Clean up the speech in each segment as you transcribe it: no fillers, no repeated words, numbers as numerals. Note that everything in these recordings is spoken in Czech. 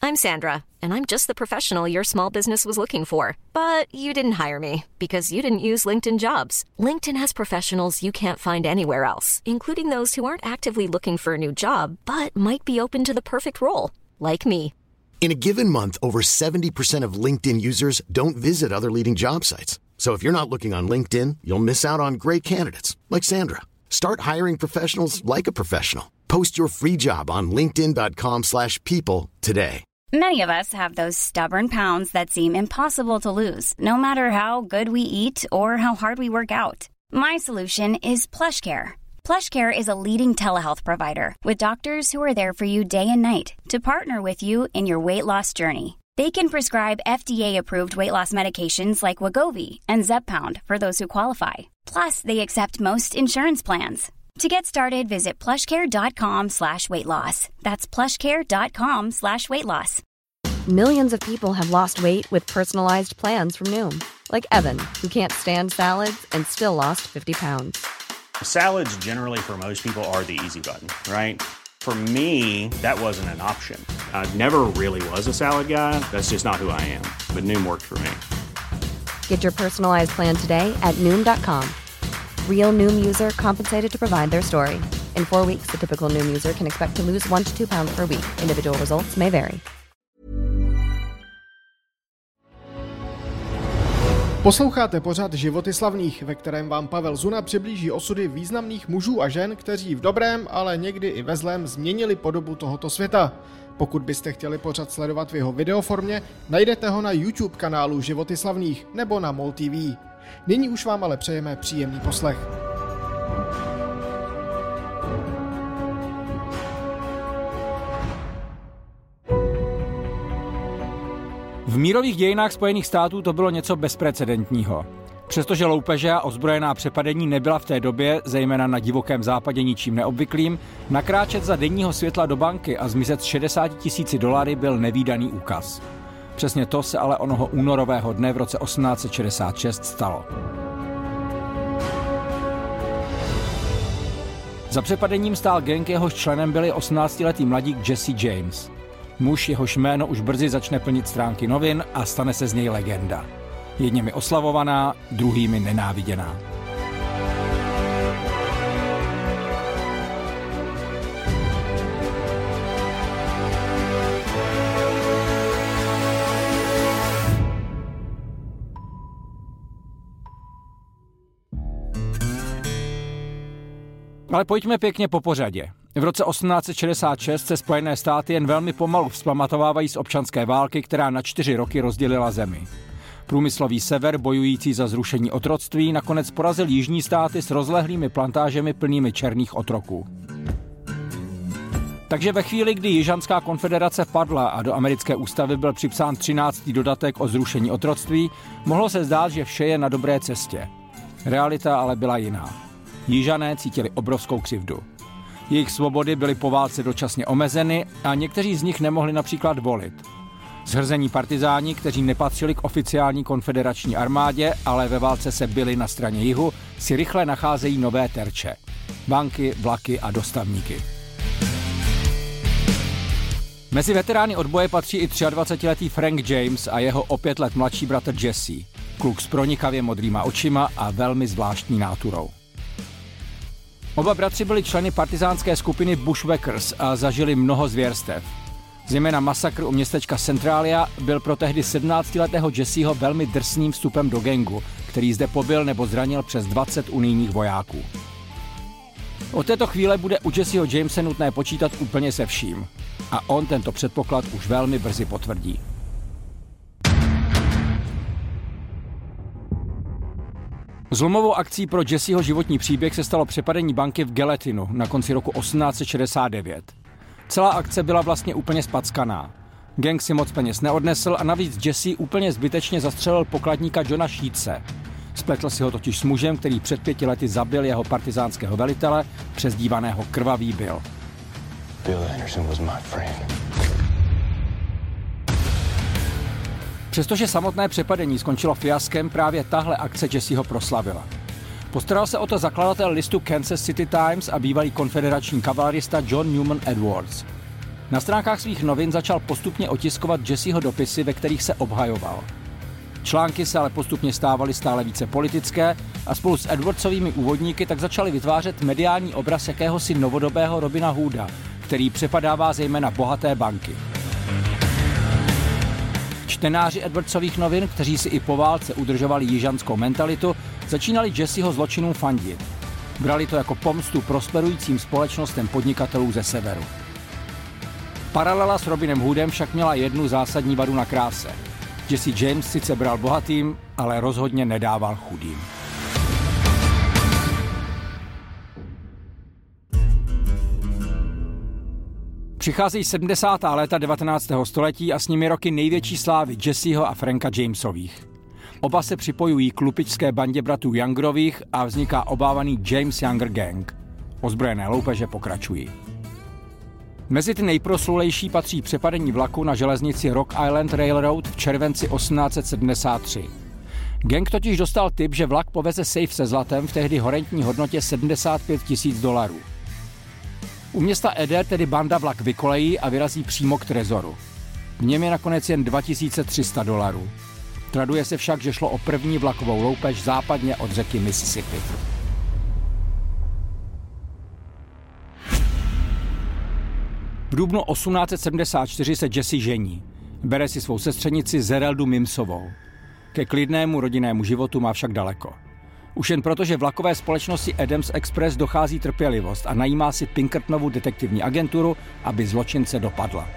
I'm Sandra, and I'm just the professional your small business was looking for. But you didn't hire me because you didn't use LinkedIn Jobs. LinkedIn has professionals you can't find anywhere else, including those who aren't actively looking for a new job, but might be open to the perfect role, like me. In a given month, over 70% of LinkedIn users don't visit other leading job sites. So if you're not looking on LinkedIn, you'll miss out on great candidates like Sandra. Start hiring professionals like a professional. Post your free job on linkedin.com/people today. Many of us have those stubborn pounds that seem impossible to lose, no matter how good we eat or how hard we work out. My solution is PlushCare. PlushCare is a leading telehealth provider with doctors who are there for you day and night to partner with you in your weight loss journey. They can prescribe FDA-approved weight loss medications like Wegovy and Zepbound for those who qualify. Plus, they accept most insurance plans. To get started, visit plushcare.com/weightloss. That's plushcare.com/weightloss. Millions of people have lost weight with personalized plans from Noom. Like Evan, who can't stand salads and still lost 50 pounds. Salads generally for most people are the easy button, right? For me, that wasn't an option. I never really was a salad guy. That's just not who I am. But Noom worked for me. Get your personalized plan today at Noom.com. Real Noom user compensated to provide their story. In 4 weeks, the typical Noom user can expect to lose 1 to 2 pounds per week. Individual results may vary. Posloucháte pořad Životy slavných, ve kterém vám Pavel Zuna přiblíží osudy významných mužů a žen, kteří v dobrém, ale někdy i ve zlém změnili podobu tohoto světa. Pokud byste chtěli pořad sledovat v jeho videoformě, najdete ho na YouTube kanálu Životy slavných nebo na MOL TV. Nyní už vám ale přejeme příjemný poslech. V mírových dějinách Spojených států to bylo něco bezprecedentního. Přestože loupeže a ozbrojená přepadení nebyla v té době, zejména na divokém západě, ničím neobvyklým, nakráčet za denního světla do banky a zmizet s $60,000 byl nevídaný úkaz. Přesně to se ale onoho únorového dne v roce 1866 stalo. Za přepadením stál gang, jehož členem byli 18letý mladík Jesse James. Muž, jehož jméno už brzy začne plnit stránky novin a stane se z něj legenda. Jedněmi oslavovaná, druhými nenáviděná. Ale pojďme pěkně po pořadě. V roce 1866 se Spojené státy jen velmi pomalu vzpamatovávají z občanské války, která na 4 roky rozdělila zemi. Průmyslový sever, bojující za zrušení otroctví, nakonec porazil jižní státy s rozlehlými plantážemi plnými černých otroků. Takže ve chvíli, kdy Jižanská konfederace padla a do americké ústavy byl připsán 13. dodatek o zrušení otroctví, mohlo se zdát, že vše je na dobré cestě. Realita ale byla jiná. Jižané cítili obrovskou křivdu. Jejich svobody byly po válce dočasně omezeny a někteří z nich nemohli například volit. Zhrzení partizáni, kteří nepatřili k oficiální konfederační armádě, ale ve válce se byli na straně jihu, si rychle nacházejí nové terče. Banky, vlaky a dostavníky. Mezi veterány odboje patří i 23letý Frank James a jeho o 5 let mladší bratr Jesse. Kluk s pronikavě modrýma očima a velmi zvláštní náturou. Oba bratři byli členy partizánské skupiny Bushwhackers a zažili mnoho zvěrstev. Zejména masakr u městečka Centralia byl pro tehdy 17letého Jesseho velmi drsným vstupem do gangu, který zde pobil nebo zranil přes 20 unijních vojáků. Od této chvíle bude u Jesseho Jamese nutné počítat úplně se vším. A on tento předpoklad už velmi brzy potvrdí. Zlomovou akcí pro Jesseho životní příběh se stalo přepadení banky v Gallatynu na konci roku 1869. Celá akce byla vlastně úplně spackaná. Gang si moc peněz neodnesl a navíc Jesse úplně zbytečně zastřelil pokladníka Johna Sheetse. Spletl si ho totiž s mužem, který před 5 lety zabil jeho partizánského velitele, přezdívaného Krvavý Bill. Bill Anderson was my friend. Přestože samotné přepadení skončilo fiaskem, právě tahle akce Jesseho proslavila. Postaral se o to zakladatel listu Kansas City Times a bývalý konfederační kavalerista John Newman Edwards. Na stránkách svých novin začal postupně otiskovat Jesseho dopisy, ve kterých se obhajoval. Články se ale postupně stávaly stále více politické a spolu s Edwardsovými úvodníky tak začali vytvářet mediální obraz jakéhosi novodobého Robina Hooda, který přepadává zejména bohaté banky. Čtenáři Edwardsových novin, kteří si i po válce udržovali jižanskou mentalitu, začínali Jesseho zločinům fandit. Brali to jako pomstu prosperujícím společnostem podnikatelů ze severu. Paralela s Robinem Hoodem však měla jednu zásadní vadu na kráse. Jesse James sice bral bohatým, ale rozhodně nedával chudým. Přicházejí 70. léta 19. století a s nimi roky největší slávy Jesseho a Franka Jamesových. Oba se připojují k lupičské bandě bratrů Youngerových a vzniká obávaný James Younger Gang. Ozbrojené loupeže pokračují. Mezi ty nejproslulejší patří přepadení vlaku na železnici Rock Island Railroad v červenci 1873. Gang totiž dostal tip, že vlak poveze sejf se zlatem v tehdy horentní hodnotě $75 000. U města Eder tedy banda vlak vykolejí a vyrazí přímo k trezoru. V něm je nakonec jen $2300. Traduje se však, že šlo o první vlakovou loupež západně od řeky Mississippi. V dubnu 1874 se Jesse žení. Bere si svou sestřenici Zereldu Mimsovou. Ke klidnému rodinnému životu má však daleko. Už jen proto, že vlakové společnosti Adams Express dochází trpělivost a najímá si Pinkertonovu detektivní agenturu, aby zločince dopadla.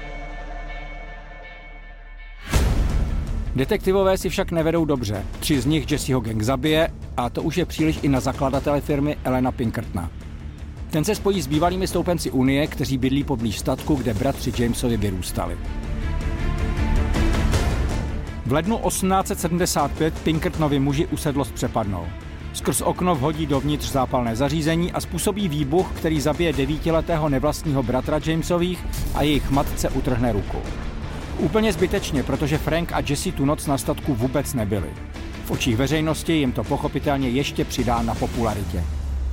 Detektivové si však nevedou dobře. 3 z nich Jesseho gang zabije a to už je příliš i na zakladatele firmy Elena Pinkertona. Ten se spojí s bývalými stoupenci Unie, kteří bydlí poblíž statku, kde bratři Jamesovi vyrůstali. V lednu 1875 Pinkertonovi muži usedlost přepadnou. Skrz okno vhodí dovnitř zápalné zařízení a způsobí výbuch, který zabije 9letého nevlastního bratra Jamesových a jejich matce utrhne ruku. Úplně zbytečně, protože Frank a Jesse tu noc na statku vůbec nebyli. V očích veřejnosti jim to pochopitelně ještě přidá na popularitě.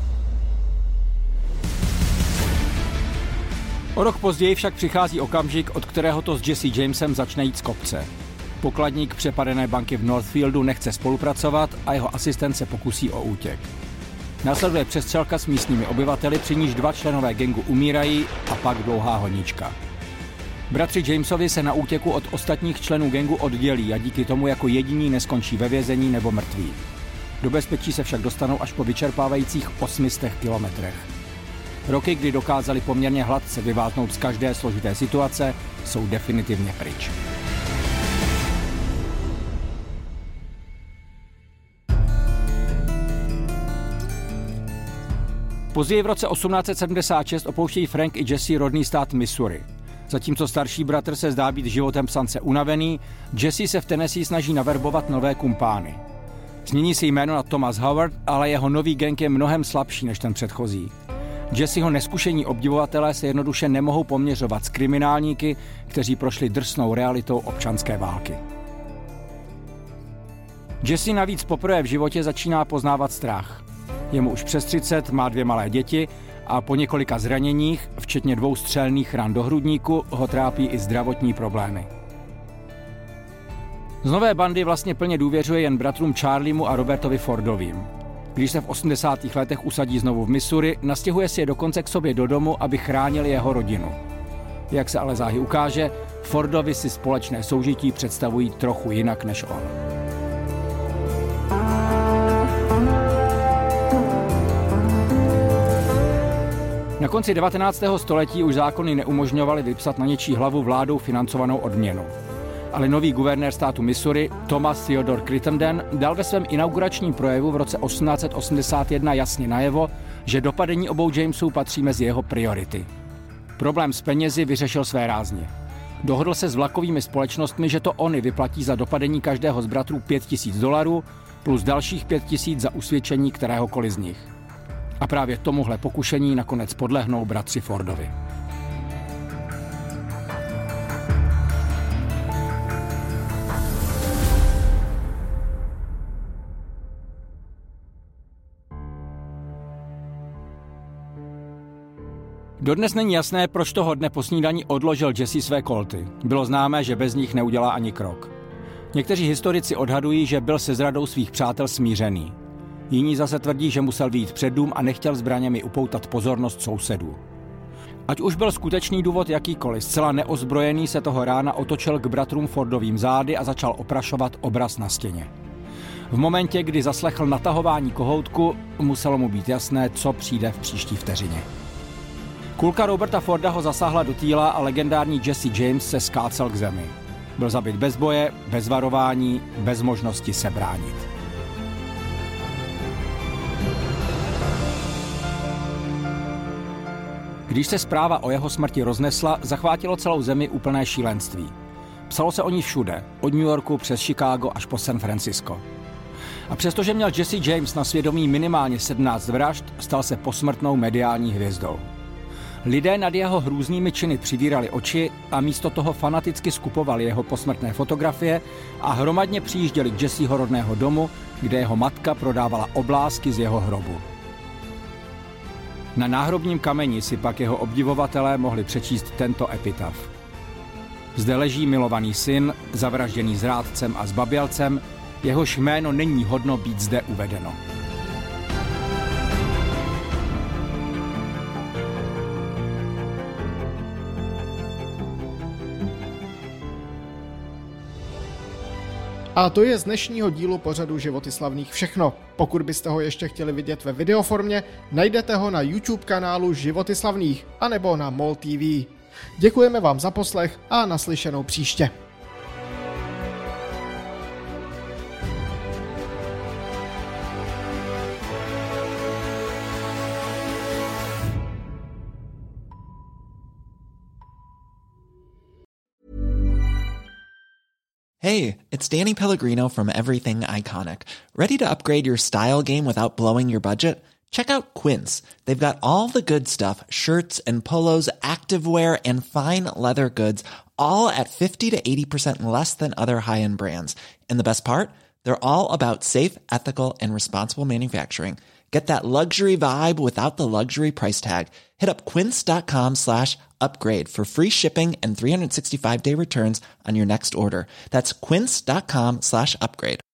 O rok později však přichází okamžik, od kterého to s Jesse Jamesem začne jít z kopce. Pokladník přepadené banky v Northfieldu nechce spolupracovat a jeho asistent se pokusí o útěk. Následuje přestřelka s místními obyvateli, při níž 2 členové gangu umírají a pak dlouhá honička. Bratři Jamesovi se na útěku od ostatních členů gangu oddělí a díky tomu jako jediní neskončí ve vězení nebo mrtví. Do bezpečí se však dostanou až po vyčerpávajících 800 kilometrech. Roky, kdy dokázali poměrně hladce vyváznout z každé složité situace, jsou definitivně pryč. Později v roce 1876 opouštějí Frank i Jesse rodný stát Missouri. Zatímco starší bratr se zdá být životem psance unavený, Jesse se v Tennessee snaží naverbovat nové kumpány. Změní si jméno na Thomas Howard, ale jeho nový gang je mnohem slabší než ten předchozí. Jesseho neskušení obdivovatelé se jednoduše nemohou poměřovat s kriminálníky, kteří prošli drsnou realitou občanské války. Jesse navíc poprvé v životě začíná poznávat strach. Je mu už přes 30, má 2 malé děti a po několika zraněních, včetně 2 střelných ran do hrudníku, ho trápí i zdravotní problémy. Z nové bandy vlastně plně důvěřuje jen bratrům Charliemu a Robertovi Fordovým. Když se v 80. letech usadí znovu v Missouri, nastěhuje si je dokonce k sobě do domu, aby chránili jeho rodinu. Jak se ale záhy ukáže, Fordovi si společné soužití představují trochu jinak než on. Na konci 19. století už zákony neumožňovaly vypsat na něčí hlavu vládou financovanou odměnu. Ale nový guvernér státu Missouri, Thomas Theodore Crittenden, dal ve svém inauguračním projevu v roce 1881 jasně najevo, že dopadení obou Jamesů patří mezi jeho priority. Problém s penězi vyřešil své rázně. Dohodl se s vlakovými společnostmi, že to oni vyplatí za dopadení každého z bratrů $5000 plus dalších 5000 za usvědčení kteréhokoliv z nich. A právě tomuhle pokušení nakonec podlehnou bratři Fordovi. Dodnes není jasné, proč toho dne po snídani odložil Jesse své kolty. Bylo známé, že bez nich neudělá ani krok. Někteří historici odhadují, že byl se zradou svých přátel smířený. Jiní zase tvrdí, že musel vyjít před dům a nechtěl zbraněmi upoutat pozornost sousedů. Ať už byl skutečný důvod jakýkoliv, zcela neozbrojený se toho rána otočil k bratrům Fordovým zády a začal oprašovat obraz na stěně. V momentě, kdy zaslechl natahování kohoutku, muselo mu být jasné, co přijde v příští vteřině. Kulka Roberta Forda ho zasáhla do týla a legendární Jesse James se skácel k zemi. Byl zabit bez boje, bez varování, bez možnosti se bránit. Když se zpráva o jeho smrti roznesla, zachvátilo celou zemi úplné šílenství. Psalo se o ní všude, od New Yorku přes Chicago až po San Francisco. A přestože měl Jesse James na svědomí minimálně 17 vražd, stal se posmrtnou mediální hvězdou. Lidé nad jeho hrůznými činy přivírali oči a místo toho fanaticky skupovali jeho posmrtné fotografie a hromadně přijížděli k Jesseho rodného domu, kde jeho matka prodávala oblázky z jeho hrobu. Na náhrobním kameni si pak jeho obdivovatelé mohli přečíst tento epitaf. Zde leží milovaný syn, zavražděný zrádcem a zbabělcem, jehož jméno není hodno být zde uvedeno. A to je z dnešního dílu pořadu Životy slavných všechno. Pokud byste ho ještě chtěli vidět ve videoformě, najdete ho na YouTube kanálu Životy slavných anebo na MOL TV. Děkujeme vám za poslech a naslyšenou příště. Hey, it's Danny Pellegrino from Everything Iconic. Ready to upgrade your style game without blowing your budget? Check out Quince. They've got all the good stuff, shirts and polos, activewear, and fine leather goods, all at 50 to 80% less than other high-end brands. And the best part? They're all about safe, ethical, and responsible manufacturing. Get that luxury vibe without the luxury price tag. Hit up quince.com/upgrade for free shipping and 365-day returns on your next order. That's quince.com/upgrade.